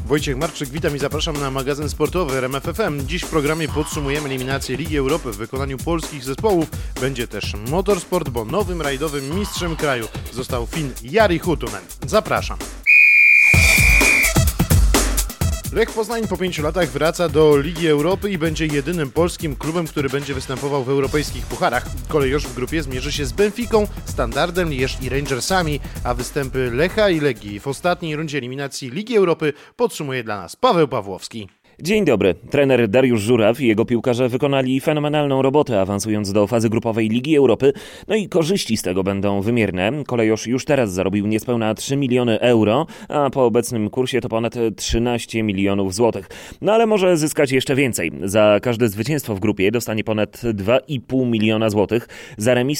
Wojciech Marczyk, witam i zapraszam na magazyn sportowy RMF FM. Dziś w programie podsumujemy eliminację Ligi Europy w wykonaniu polskich zespołów. Będzie też motorsport, bo nowym rajdowym mistrzem kraju został Fin Jari Huttunen. Zapraszam. Lech Poznań po 5 latach wraca do Ligi Europy i będzie jedynym polskim klubem, który będzie występował w europejskich pucharach. Kolejorz w grupie zmierzy się z Benficą, Standardem Lierz i Rangersami, a występy Lecha i Legii w ostatniej rundzie eliminacji Ligi Europy podsumuje dla nas Paweł Pawłowski. Dzień dobry. Trener Dariusz Żuraw i jego piłkarze wykonali fenomenalną robotę, awansując do fazy grupowej Ligi Europy. No i korzyści z tego będą wymierne. Kolejorz już teraz zarobił niespełna 3 miliony euro, a po obecnym kursie to ponad 13 milionów złotych. No ale może zyskać jeszcze więcej. Za każde zwycięstwo w grupie dostanie ponad 2,5 miliona złotych, za remis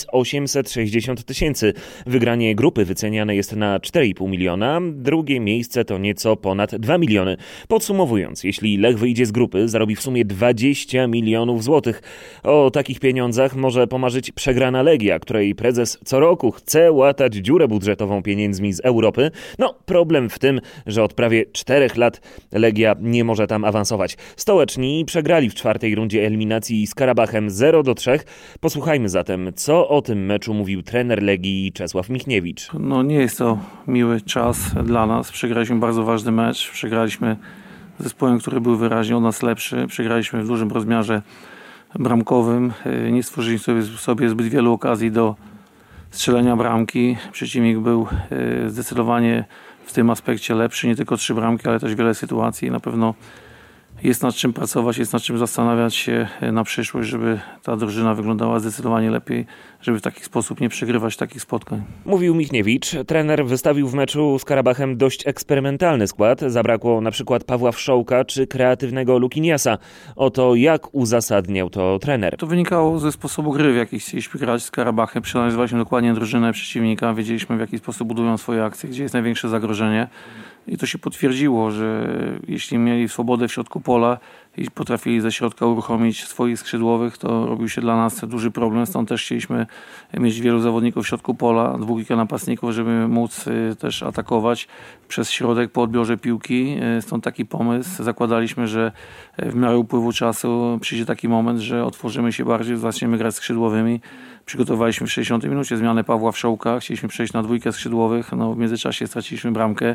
860 tysięcy. Wygranie grupy wyceniane jest na 4,5 miliona, drugie miejsce to nieco ponad 2 miliony. Podsumowując, jeśli Lech wyjdzie z grupy, zarobi w sumie 20 milionów złotych. O takich pieniądzach może pomarzyć przegrana Legia, której prezes co roku chce łatać dziurę budżetową pieniędzmi z Europy. No, problem w tym, że od prawie 4 lat Legia nie może tam awansować. Stołeczni przegrali w 4. rundzie eliminacji z Karabachem 0-3. Posłuchajmy zatem, co o tym meczu mówił trener Legii Czesław Michniewicz. Nie jest to miły czas dla nas. Przegraliśmy bardzo ważny mecz. Przegraliśmy zespołem, który był wyraźnie od nas lepszy. Przegraliśmy w dużym rozmiarze bramkowym. Nie stworzyliśmy sobie zbyt wielu okazji do strzelenia bramki. Przeciwnik był zdecydowanie w tym aspekcie lepszy. Nie tylko 3 bramki, ale też wiele sytuacji. Na pewno jest nad czym pracować, jest nad czym zastanawiać się na przyszłość, żeby ta drużyna wyglądała zdecydowanie lepiej, żeby w taki sposób nie przegrywać takich spotkań. Mówił Michniewicz. Trener wystawił w meczu z Karabachem dość eksperymentalny skład. Zabrakło na przykład Pawła Wszołka czy kreatywnego Lukiniasa. Oto jak uzasadniał to trener. To wynikało ze sposobu gry, w jaki chcieliśmy grać z Karabachem. Przeanalizowaliśmy dokładnie drużynę przeciwnika, wiedzieliśmy w jaki sposób budują swoje akcje, gdzie jest największe zagrożenie. I to się potwierdziło, że jeśli mieli swobodę w środku pola i potrafili ze środka uruchomić swoich skrzydłowych, to robił się dla nas duży problem. Stąd też chcieliśmy mieć wielu zawodników w środku pola, 2 napastników, żeby móc też atakować przez środek po odbiorze piłki. Stąd taki pomysł. Zakładaliśmy, że w miarę upływu czasu przyjdzie taki moment, że otworzymy się bardziej, zaczniemy grać skrzydłowymi. Przygotowaliśmy w 60 minucie zmianę Pawła Wszołka. Chcieliśmy przejść na 2 skrzydłowych. W międzyczasie straciliśmy bramkę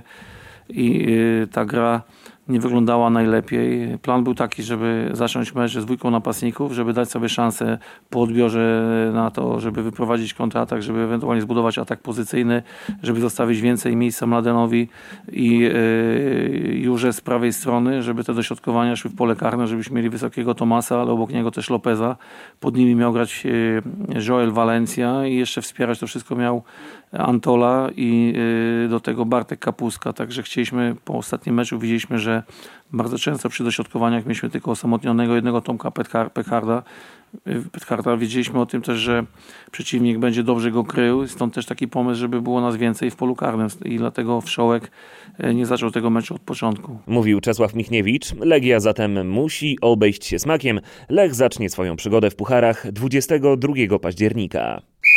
i ta gra nie wyglądała najlepiej. Plan był taki, żeby zacząć mecz z 2 napastników, żeby dać sobie szansę po odbiorze na to, żeby wyprowadzić kontratak, żeby ewentualnie zbudować atak pozycyjny, żeby zostawić więcej miejsca Mladenowi i Jurze z prawej strony, żeby te dośrodkowania szły w pole karne, żebyśmy mieli wysokiego Tomasa, ale obok niego też Lopeza. Pod nimi miał grać Joel Valencia i jeszcze wspierać to wszystko miał Antola i do tego Bartek Kapuska. Także chcieliśmy, po ostatnim meczu widzieliśmy, że bardzo często przy dośrodkowaniach mieliśmy tylko osamotnionego jednego Tomka Petharda. Wiedzieliśmy o tym też, że przeciwnik będzie dobrze go krył. Stąd też taki pomysł, żeby było nas więcej w polu karnym. I dlatego Wszołek nie zaczął tego meczu od początku. Mówił Czesław Michniewicz. Legia zatem musi obejść się smakiem. Lech zacznie swoją przygodę w pucharach 22 października.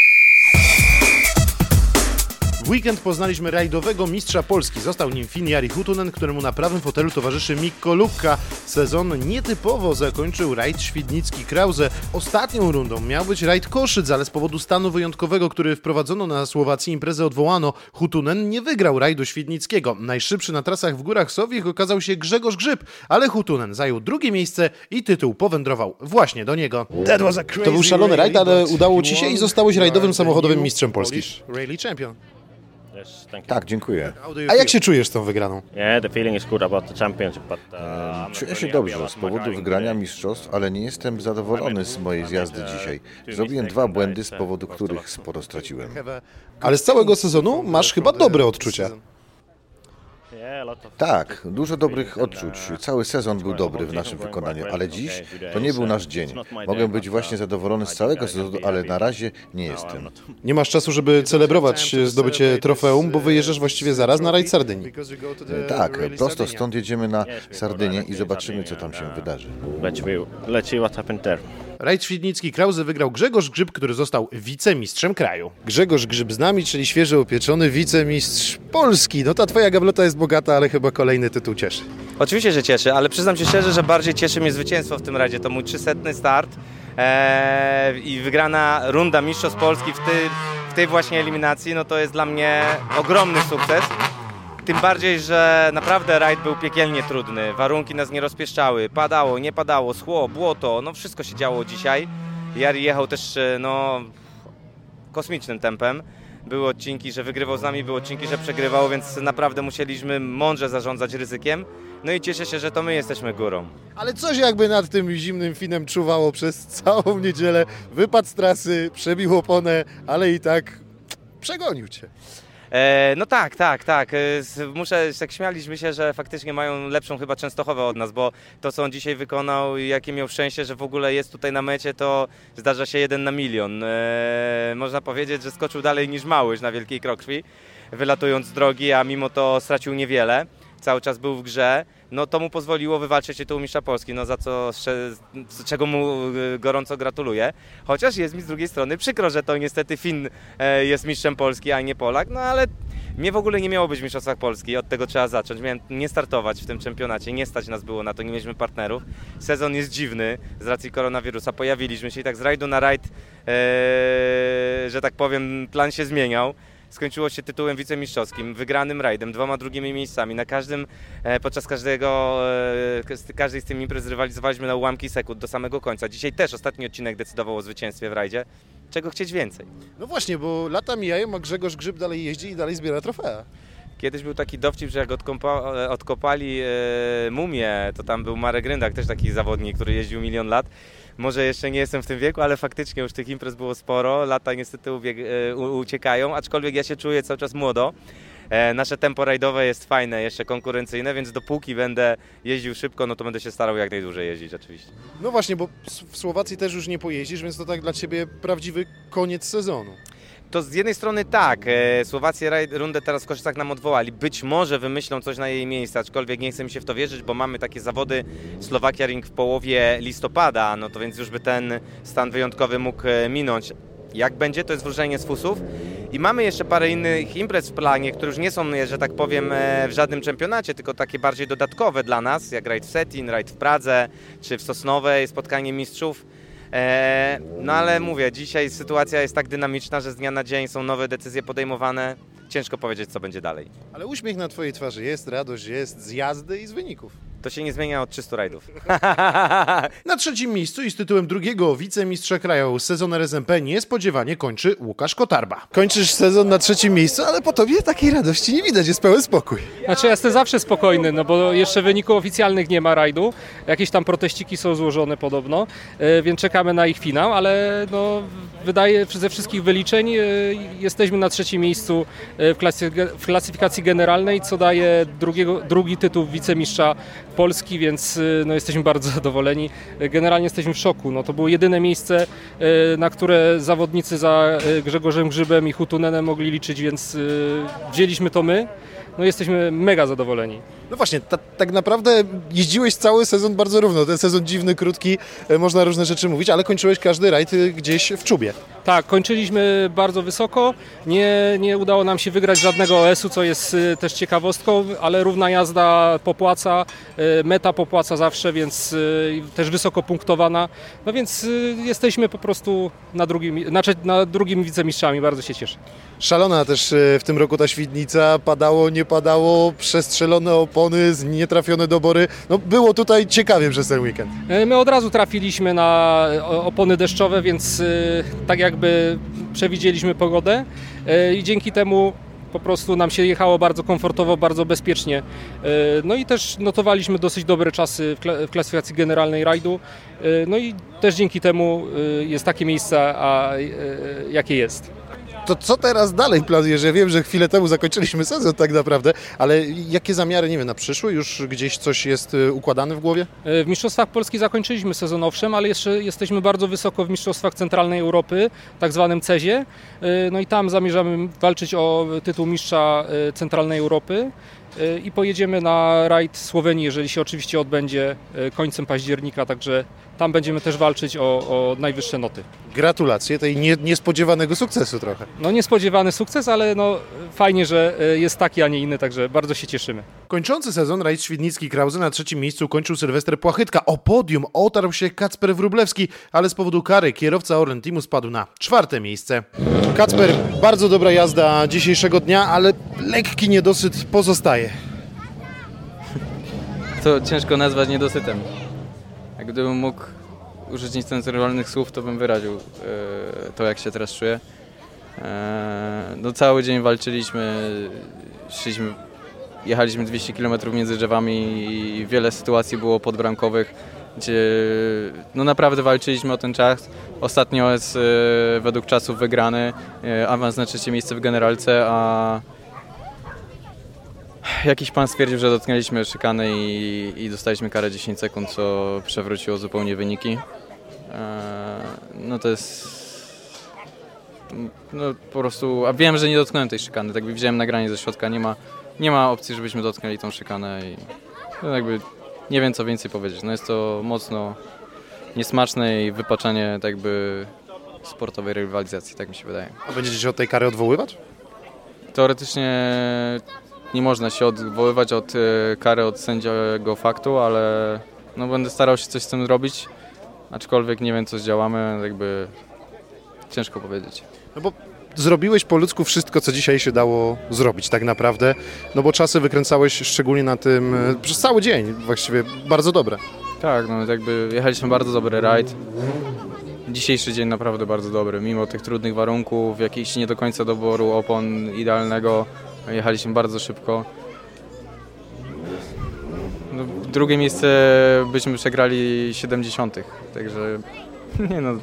W weekend poznaliśmy rajdowego mistrza Polski. Został nim Fin Jari Huttunen, któremu na prawym fotelu towarzyszy Mikko Lukka. Sezon nietypowo zakończył rajd Świdnicki-Krause. Ostatnią rundą miał być rajd Koszyc, ale z powodu stanu wyjątkowego, który wprowadzono na Słowacji, imprezę odwołano. Huttunen nie wygrał rajdu świdnickiego. Najszybszy na trasach w Górach Sowich okazał się Grzegorz Grzyb, ale Huttunen zajął 2. miejsce i tytuł powędrował właśnie do niego. To był szalony rajd, ale udało Ci się i zostałeś rajdowym samochodowym mistrzem Polski. Tak, dziękuję. A jak się czujesz z tą wygraną? Czuję się dobrze z powodu wygrania mistrzostw, ale nie jestem zadowolony z mojej zjazdy dzisiaj. Zrobiłem 2 błędy, z powodu których sporo straciłem. Ale z całego sezonu masz chyba dobre odczucia. Tak, dużo dobrych odczuć. Cały sezon był dobry w naszym wykonaniu, ale dziś to nie był nasz dzień. Mogę być właśnie zadowolony z całego sezonu, ale na razie nie jestem. Nie masz czasu, żeby celebrować zdobycie trofeum, bo wyjeżdżasz właściwie zaraz na rajd Sardynii. Tak, prosto stąd jedziemy na Sardynię i zobaczymy, co tam się wydarzy. Rajd Świdnicki-Krause wygrał Grzegorz Grzyb, który został wicemistrzem kraju. Grzegorz Grzyb z nami, czyli świeżo upieczony wicemistrz Polski. Ta twoja gablota jest bogata, ale chyba kolejny tytuł cieszy. Oczywiście, że cieszy, ale przyznam się szczerze, że bardziej cieszy mnie zwycięstwo w tym rajdzie. To mój 300. start i wygrana runda Mistrzostw Polski w tej właśnie eliminacji, no to jest dla mnie ogromny sukces. Tym bardziej, że naprawdę rajd był piekielnie trudny, warunki nas nie rozpieszczały, padało, nie padało, schło, błoto, no wszystko się działo dzisiaj. Jari jechał też kosmicznym tempem. Były odcinki, że wygrywał z nami, były odcinki, że przegrywał, więc naprawdę musieliśmy mądrze zarządzać ryzykiem. No i cieszę się, że to my jesteśmy górą. Ale coś jakby nad tym zimnym Finem czuwało przez całą niedzielę. Wypadł z trasy, przebił oponę, ale i tak przegonił cię. No tak. Tak śmialiśmy się, że faktycznie mają lepszą chyba Częstochowę od nas, bo to, co on dzisiaj wykonał i jakie miał szczęście, że w ogóle jest tutaj na mecie, to zdarza się 1 na milion. Można powiedzieć, że skoczył dalej niż Małysz na Wielkiej Krokrwi, wylatując z drogi, a mimo to stracił niewiele. Cały czas był w grze, no to mu pozwoliło wywalczyć tytuł mistrza Polski, no za co, czego mu gorąco gratuluję. Chociaż jest mi z drugiej strony przykro, że to niestety Fin jest mistrzem Polski, a nie Polak, no ale mnie w ogóle nie miało być w mistrzostwach Polski, od tego trzeba zacząć. Miałem nie startować w tym czempionacie, nie stać nas było na to, nie mieliśmy partnerów. Sezon jest dziwny z racji koronawirusa, pojawiliśmy się i tak z rajdu na rajd, że tak powiem, plan się zmieniał. Skończyło się tytułem wicemistrzowskim, wygranym rajdem, 2 drugimi miejscami. Podczas każdej z tych imprez rywalizowaliśmy na ułamki sekund do samego końca. Dzisiaj też ostatni odcinek decydował o zwycięstwie w rajdzie. Czego chcieć więcej? No właśnie, bo lata mijają, a Grzegorz Grzyb dalej jeździ i dalej zbiera trofea. Kiedyś był taki dowcip, że jak odkopali mumię, to tam był Marek Ryndak, też taki zawodnik, który jeździł 1 000 000 lat. Może jeszcze nie jestem w tym wieku, ale faktycznie już tych imprez było sporo, lata niestety uciekają, aczkolwiek ja się czuję cały czas młodo. Nasze tempo rajdowe jest fajne, jeszcze konkurencyjne, więc dopóki będę jeździł szybko, no to będę się starał jak najdłużej jeździć oczywiście. No właśnie, bo w Słowacji też już nie pojeździsz, więc to tak dla Ciebie prawdziwy koniec sezonu. To z jednej strony tak, Słowację rundę teraz w Koszicach nam odwołali, być może wymyślą coś na jej miejsce, aczkolwiek nie chcę mi się w to wierzyć, bo mamy takie zawody Slovakia Ring w połowie listopada, no to więc już by ten stan wyjątkowy mógł minąć. Jak będzie, to jest wróżenie z fusów. I mamy jeszcze parę innych imprez w planie, które już nie są, że tak powiem, w żadnym czempionacie, tylko takie bardziej dodatkowe dla nas, jak rajd w Cetin, rajd w Pradze, czy w Sosnowej, spotkanie mistrzów. No ale mówię, dzisiaj sytuacja jest tak dynamiczna, że z dnia na dzień są nowe decyzje podejmowane. Ciężko powiedzieć, co będzie dalej. Ale uśmiech na Twojej twarzy jest, radość jest z jazdy i z wyników. To się nie zmienia od 300 rajdów. Na 3. miejscu i z tytułem drugiego wicemistrza kraju sezon RSMP niespodziewanie kończy Łukasz Kotarba. Kończysz sezon na 3. miejscu, ale po Tobie takiej radości nie widać, jest pełen spokój. Znaczy ja jestem zawsze spokojny, no bo jeszcze wyników oficjalnych nie ma rajdu. Jakieś tam proteściki są złożone podobno, więc czekamy na ich finał, ale no wydaje ze wszystkich wyliczeń jesteśmy na 3. miejscu w klasyfikacji generalnej, co daje drugi tytuł wicemistrza Polski, więc no, jesteśmy bardzo zadowoleni. Generalnie jesteśmy w szoku. No, to było jedyne miejsce, na które zawodnicy za Grzegorzem Grzybem i Hutunenem mogli liczyć, więc wzięliśmy to my. No, jesteśmy mega zadowoleni. No właśnie, tak naprawdę jeździłeś cały sezon bardzo równo. Ten sezon dziwny, krótki, można różne rzeczy mówić, ale kończyłeś każdy rajd gdzieś w czubie. Tak, kończyliśmy bardzo wysoko. Nie udało nam się wygrać żadnego OS-u, co jest też ciekawostką, ale równa jazda popłaca, meta popłaca zawsze, więc też wysoko punktowana. No więc jesteśmy po prostu na drugim wicemistrzami, bardzo się cieszę. Szalona też w tym roku ta Świdnica, padało, nie padało, przestrzelone opony, nietrafione dobory. No było tutaj ciekawie przez ten weekend. My od razu trafiliśmy na opony deszczowe, więc tak jakby przewidzieliśmy pogodę i dzięki temu po prostu nam się jechało bardzo komfortowo, bardzo bezpiecznie. No i też notowaliśmy dosyć dobre czasy w klasyfikacji generalnej rajdu. No i też dzięki temu jest takie miejsce, jakie jest. To co teraz dalej planujesz? Ja wiem, że chwilę temu zakończyliśmy sezon tak naprawdę, ale jakie zamiary, nie wiem, na przyszły? Już gdzieś coś jest układane w głowie? W Mistrzostwach Polski zakończyliśmy sezon owszem, ale jeszcze jesteśmy bardzo wysoko w Mistrzostwach Centralnej Europy, tak zwanym CEZ-ie. No i tam zamierzamy walczyć o tytuł mistrza Centralnej Europy. I pojedziemy na rajd Słowenii, jeżeli się oczywiście odbędzie końcem października, także tam będziemy też walczyć o najwyższe noty. Gratulacje tej niespodziewanego sukcesu trochę. No niespodziewany sukces, ale no fajnie, że jest taki, a nie inny, także bardzo się cieszymy. Kończący sezon rajd Świdnicki Krause na 3. miejscu kończył Sylwester Płachytka. O podium otarł się Kacper Wróblewski, ale z powodu kary kierowca Orlen Teamu spadł na 4. miejsce. Kacper, bardzo dobra jazda dzisiejszego dnia, ale lekki niedosyt pozostaje. To ciężko nazwać niedosytem. Jak gdybym mógł użyć niecenzuralnych słów, to bym wyraził to, jak się teraz czuję. No, cały dzień walczyliśmy, jechaliśmy 200 km między drzewami i wiele sytuacji było podbramkowych, gdzie no naprawdę walczyliśmy o ten czas. Ostatnio jest według czasów wygrany, awans na 3. miejsce w generalce, a jakiś pan stwierdził, że dotknęliśmy szykany i dostaliśmy karę 10 sekund, co przewróciło zupełnie wyniki. No to jest... No po prostu... A wiem, że nie dotknąłem tej szykany, tak widziałem nagranie ze środka, nie ma opcji, żebyśmy dotknęli tą szykanę i no jakby nie wiem, co więcej powiedzieć. No jest to mocno niesmaczne i wypaczenie tak jakby sportowej rywalizacji, tak mi się wydaje. A będziecie się od tej kary odwoływać? Teoretycznie nie można się odwoływać od kary od sędziego faktu, ale no będę starał się coś z tym zrobić, aczkolwiek nie wiem, co zdziałamy, jakby ciężko powiedzieć. No bo zrobiłeś po ludzku wszystko, co dzisiaj się dało zrobić tak naprawdę, no bo czasy wykręcałeś szczególnie na tym przez cały dzień właściwie bardzo dobre. Tak, no jakby jechaliśmy bardzo dobry rajd. Dzisiejszy dzień naprawdę bardzo dobry, mimo tych trudnych warunków, jakiejś nie do końca doboru opon idealnego, jechaliśmy bardzo szybko. No, drugie miejsce byśmy przegrali 70, także nie no,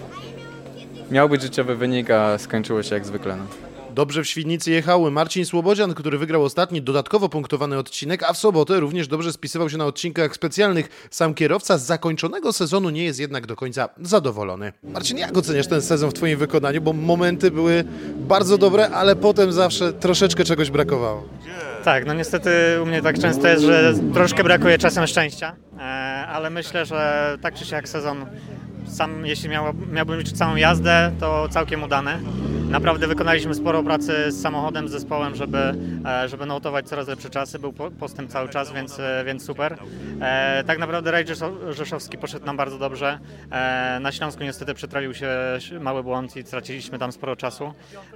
miał być życiowy wynik, a skończyło się jak zwykle. No. Dobrze w Świdnicy jechał Marcin Słobodzian, który wygrał ostatni dodatkowo punktowany odcinek, a w sobotę również dobrze spisywał się na odcinkach specjalnych. Sam kierowca z zakończonego sezonu nie jest jednak do końca zadowolony. Marcin, jak oceniasz ten sezon w twoim wykonaniu? Bo momenty były bardzo dobre, ale potem zawsze troszeczkę czegoś brakowało. Tak, no niestety u mnie tak często jest, że troszkę brakuje czasem szczęścia, ale myślę, że tak czy siak sezon sam, jeśli miałbym liczyć całą jazdę, to całkiem udane. Naprawdę wykonaliśmy sporo pracy z samochodem, z zespołem, żeby notować coraz lepsze czasy. Był postęp cały czas, więc super. Tak naprawdę rajd rzeszowski poszedł nam bardzo dobrze. Na Śląsku niestety przetrawił się mały błąd i straciliśmy tam sporo czasu.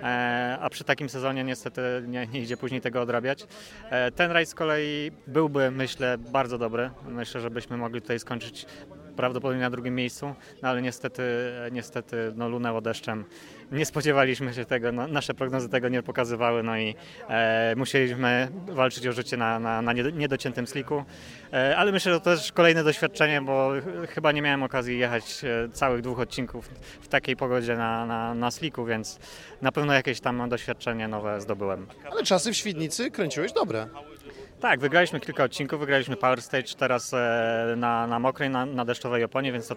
A przy takim sezonie niestety nie idzie później tego odrabiać. Ten rajd z kolei byłby, myślę, bardzo dobry. Myślę, że byśmy mogli tutaj skończyć prawdopodobnie na 2. miejscu, no ale niestety no, lunęło deszczem. Nie spodziewaliśmy się tego, no, nasze prognozy tego nie pokazywały, no i musieliśmy walczyć o życie na niedociętym sliku, ale myślę, że to też kolejne doświadczenie, bo chyba nie miałem okazji jechać całych 2 odcinków w takiej pogodzie na sliku, więc na pewno jakieś tam doświadczenie nowe zdobyłem. Ale czasy w Świdnicy kręciłeś dobre. Tak, wygraliśmy kilka odcinków, wygraliśmy Power Stage teraz na mokrej, na deszczowej oponie, więc to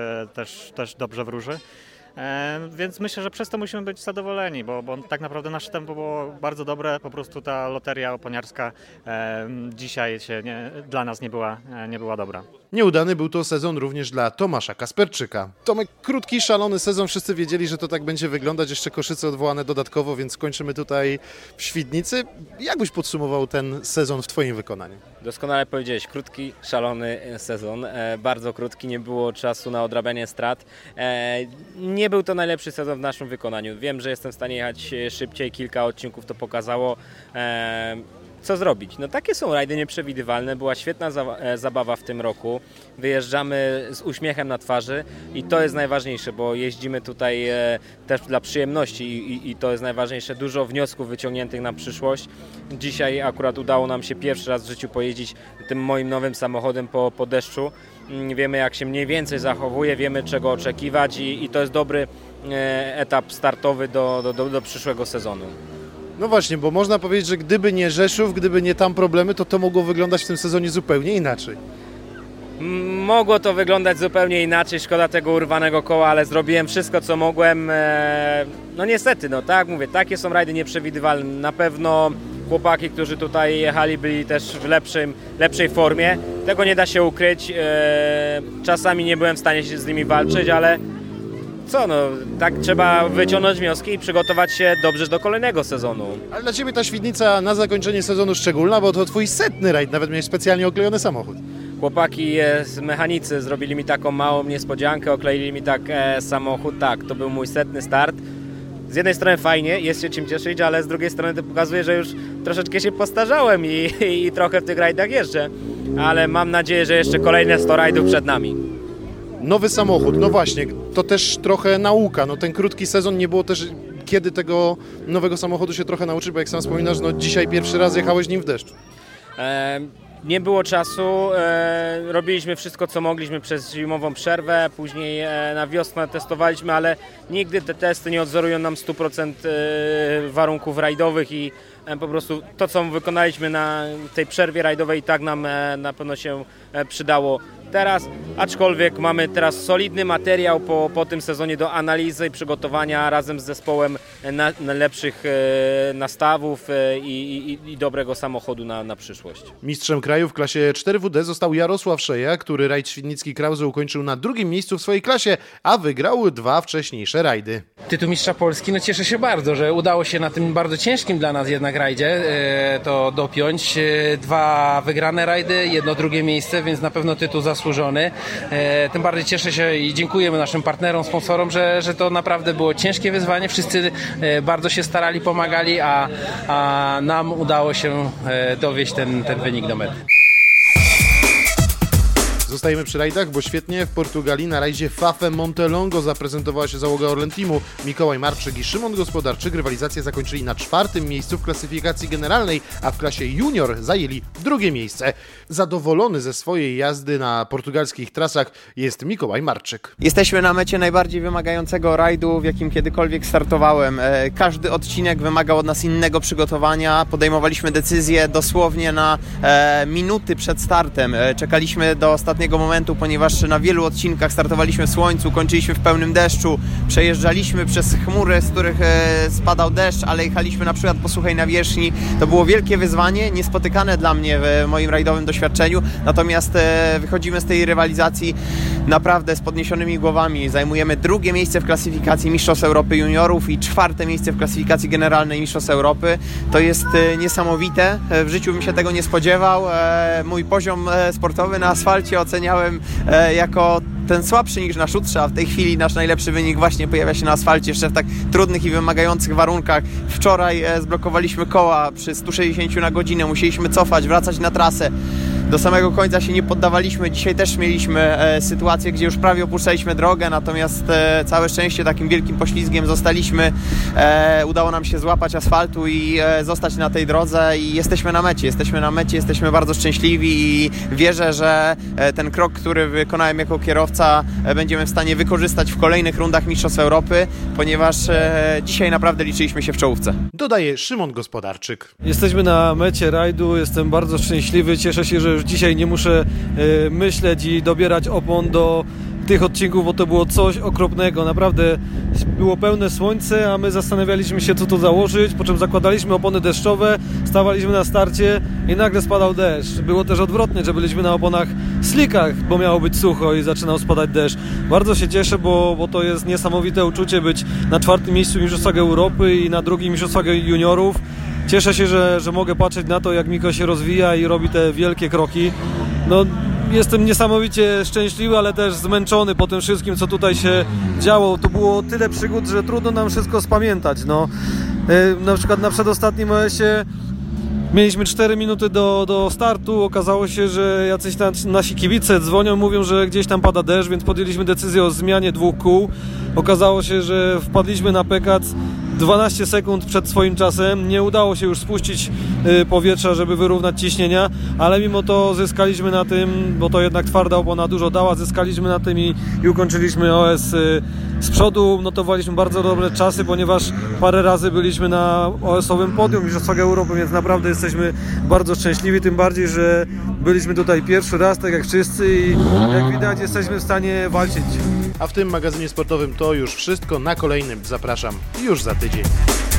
też dobrze wróży. Więc myślę, że przez to musimy być zadowoleni, bo tak naprawdę nasze tempo było bardzo dobre, po prostu ta loteria oponiarska dzisiaj dla nas nie była dobra. Nieudany był to sezon również dla Tomasza Kasperczyka. Tomek, krótki, szalony sezon, wszyscy wiedzieli, że to tak będzie wyglądać, jeszcze Koszyce odwołane dodatkowo, więc kończymy tutaj w Świdnicy. Jak byś podsumował ten sezon w twoim wykonaniu? Doskonale powiedziałeś, krótki, szalony sezon, bardzo krótki, nie było czasu na odrabianie strat. Nie był to najlepszy sezon w naszym wykonaniu. Wiem, że jestem w stanie jechać szybciej, kilka odcinków to pokazało. Co zrobić? No takie są rajdy nieprzewidywalne, była świetna zabawa w tym roku. Wyjeżdżamy z uśmiechem na twarzy i to jest najważniejsze, bo jeździmy tutaj też dla przyjemności i to jest najważniejsze. Dużo wniosków wyciągniętych na przyszłość. Dzisiaj akurat udało nam się pierwszy raz w życiu pojeździć tym moim nowym samochodem po deszczu. Wiemy, jak się mniej więcej zachowuje, wiemy, czego oczekiwać i to jest dobry etap startowy do przyszłego sezonu. No właśnie, bo można powiedzieć, że gdyby nie Rzeszów, gdyby nie tam problemy, to mogło wyglądać w tym sezonie zupełnie inaczej. Mogło to wyglądać zupełnie inaczej, szkoda tego urwanego koła, ale zrobiłem wszystko, co mogłem. No niestety, no tak jak mówię, takie są rajdy nieprzewidywalne. Na pewno chłopaki, którzy tutaj jechali, byli też w lepszej formie. Tego nie da się ukryć. Czasami nie byłem w stanie się z nimi walczyć, ale co, no tak trzeba wyciągnąć wnioski i przygotować się dobrze do kolejnego sezonu. Ale dla Ciebie ta Świdnica na zakończenie sezonu szczególna, bo to Twój 100. rajd, nawet miałeś specjalnie oklejony samochód. Chłopaki z mechanicy zrobili mi taką małą niespodziankę, okleili mi tak samochód, tak, to był mój 100. start. Z jednej strony fajnie, jest się czym cieszyć, ale z drugiej strony to pokazuje, że już troszeczkę się postarzałem i trochę w tych rajdach jeżdżę. Ale mam nadzieję, że jeszcze kolejne 100 rajdów przed nami. Nowy samochód, no właśnie, to też trochę nauka, no ten krótki sezon nie było też kiedy tego nowego samochodu się trochę nauczyć, bo jak sam wspominasz, no dzisiaj pierwszy raz jechałeś nim w deszczu. Nie było czasu, robiliśmy wszystko co mogliśmy przez zimową przerwę, później na wiosnę testowaliśmy, ale nigdy te testy nie odzorują nam 100% warunków rajdowych i po prostu to co wykonaliśmy na tej przerwie rajdowej i tak nam na pewno się przydało teraz, aczkolwiek mamy teraz solidny materiał po tym sezonie do analizy i przygotowania razem z zespołem lepszych nastawów i dobrego samochodu na przyszłość. Mistrzem kraju w klasie 4WD został Jarosław Szeja, który rajd Świdnicki Krause ukończył na 2. miejscu w swojej klasie, a wygrał 2 wcześniejsze rajdy. Tytuł mistrza Polski, no cieszę się bardzo, że udało się na tym bardzo ciężkim dla nas jednak rajdzie to dopiąć. 2 wygrane rajdy, 1 drugie miejsce, więc na pewno tytuł zasłużony. Tym bardziej cieszę się i dziękujemy naszym partnerom, sponsorom, że to naprawdę było ciężkie wyzwanie. Wszyscy bardzo się starali, pomagali, a nam udało się dowieść ten wynik do mety. Zostajemy przy rajdach, bo świetnie w Portugalii na rajdzie Fafe Montelongo zaprezentowała się załoga Orlen Teamu. Mikołaj Marczyk i Szymon Gospodarczyk rywalizację zakończyli na 4. miejscu w klasyfikacji generalnej, a w klasie junior zajęli 2. miejsce. Zadowolony ze swojej jazdy na portugalskich trasach jest Mikołaj Marczyk. Jesteśmy na mecie najbardziej wymagającego rajdu, w jakim kiedykolwiek startowałem. Każdy odcinek wymagał od nas innego przygotowania. Podejmowaliśmy decyzje dosłownie na minuty przed startem. Czekaliśmy do ostatniego momentu, ponieważ na wielu odcinkach startowaliśmy w słońcu, kończyliśmy w pełnym deszczu, przejeżdżaliśmy przez chmury, z których spadał deszcz, ale jechaliśmy na przykład po suchej nawierzchni. To było wielkie wyzwanie, niespotykane dla mnie w moim rajdowym doświadczeniu, natomiast wychodzimy z tej rywalizacji naprawdę z podniesionymi głowami. Zajmujemy 2. miejsce w klasyfikacji Mistrzostw Europy Juniorów i 4. miejsce w klasyfikacji generalnej Mistrzostw Europy. To jest niesamowite, w życiu bym się tego nie spodziewał. Mój poziom sportowy na asfalcie oceniałem jako ten słabszy niż na szutrze, a w tej chwili nasz najlepszy wynik właśnie pojawia się na asfalcie, jeszcze w tak trudnych i wymagających warunkach. Wczoraj zblokowaliśmy koła przy 160 na godzinę, musieliśmy cofać, wracać na trasę. Do samego końca się nie poddawaliśmy. Dzisiaj też mieliśmy sytuację, gdzie już prawie opuszczaliśmy drogę, natomiast całe szczęście takim wielkim poślizgiem zostaliśmy. Udało nam się złapać asfaltu i zostać na tej drodze i jesteśmy na mecie. Jesteśmy bardzo szczęśliwi i wierzę, że ten krok, który wykonałem jako kierowca, będziemy w stanie wykorzystać w kolejnych rundach Mistrzostw Europy, ponieważ dzisiaj naprawdę liczyliśmy się w czołówce. Dodaje Szymon Gospodarczyk. Jesteśmy na mecie rajdu, jestem bardzo szczęśliwy, cieszę się, że już dzisiaj nie muszę myśleć i dobierać opon do tych odcinków, bo to było coś okropnego. Naprawdę było pełne słońce, a my zastanawialiśmy się, co to założyć, po czym zakładaliśmy opony deszczowe, stawaliśmy na starcie i nagle spadał deszcz. Było też odwrotnie, że byliśmy na oponach slickach, bo miało być sucho i zaczynał spadać deszcz. Bardzo się cieszę, bo to jest niesamowite uczucie być na 4. miejscu Mistrzostwach Europy i na 2. Mistrzostwach Juniorów. Cieszę się, że mogę patrzeć na to, jak Miko się rozwija i robi te wielkie kroki. No, jestem niesamowicie szczęśliwy, ale też zmęczony po tym wszystkim, co tutaj się działo. Tu było tyle przygód, że trudno nam wszystko spamiętać. No, na przykład na przedostatnim OS-ie mieliśmy 4 minuty do startu. Okazało się, że jacyś nasi kibice dzwonią, mówią, że gdzieś tam pada deszcz, więc podjęliśmy decyzję o zmianie 2 kół. Okazało się, że wpadliśmy na pekac 12 sekund przed swoim czasem. Nie udało się już spuścić powietrza, żeby wyrównać ciśnienia, ale mimo to zyskaliśmy na tym, bo to jednak twarda opona dużo dała, zyskaliśmy na tym i ukończyliśmy OS z przodu. Notowaliśmy bardzo dobre czasy, ponieważ parę razy byliśmy na OS-owym podium Mistrzostwach Europy, więc naprawdę jesteśmy bardzo szczęśliwi, tym bardziej, że byliśmy tutaj pierwszy raz, tak jak wszyscy i jak widać jesteśmy w stanie walczyć. A w tym magazynie sportowym to już wszystko. Na kolejnym zapraszam już za tydzień.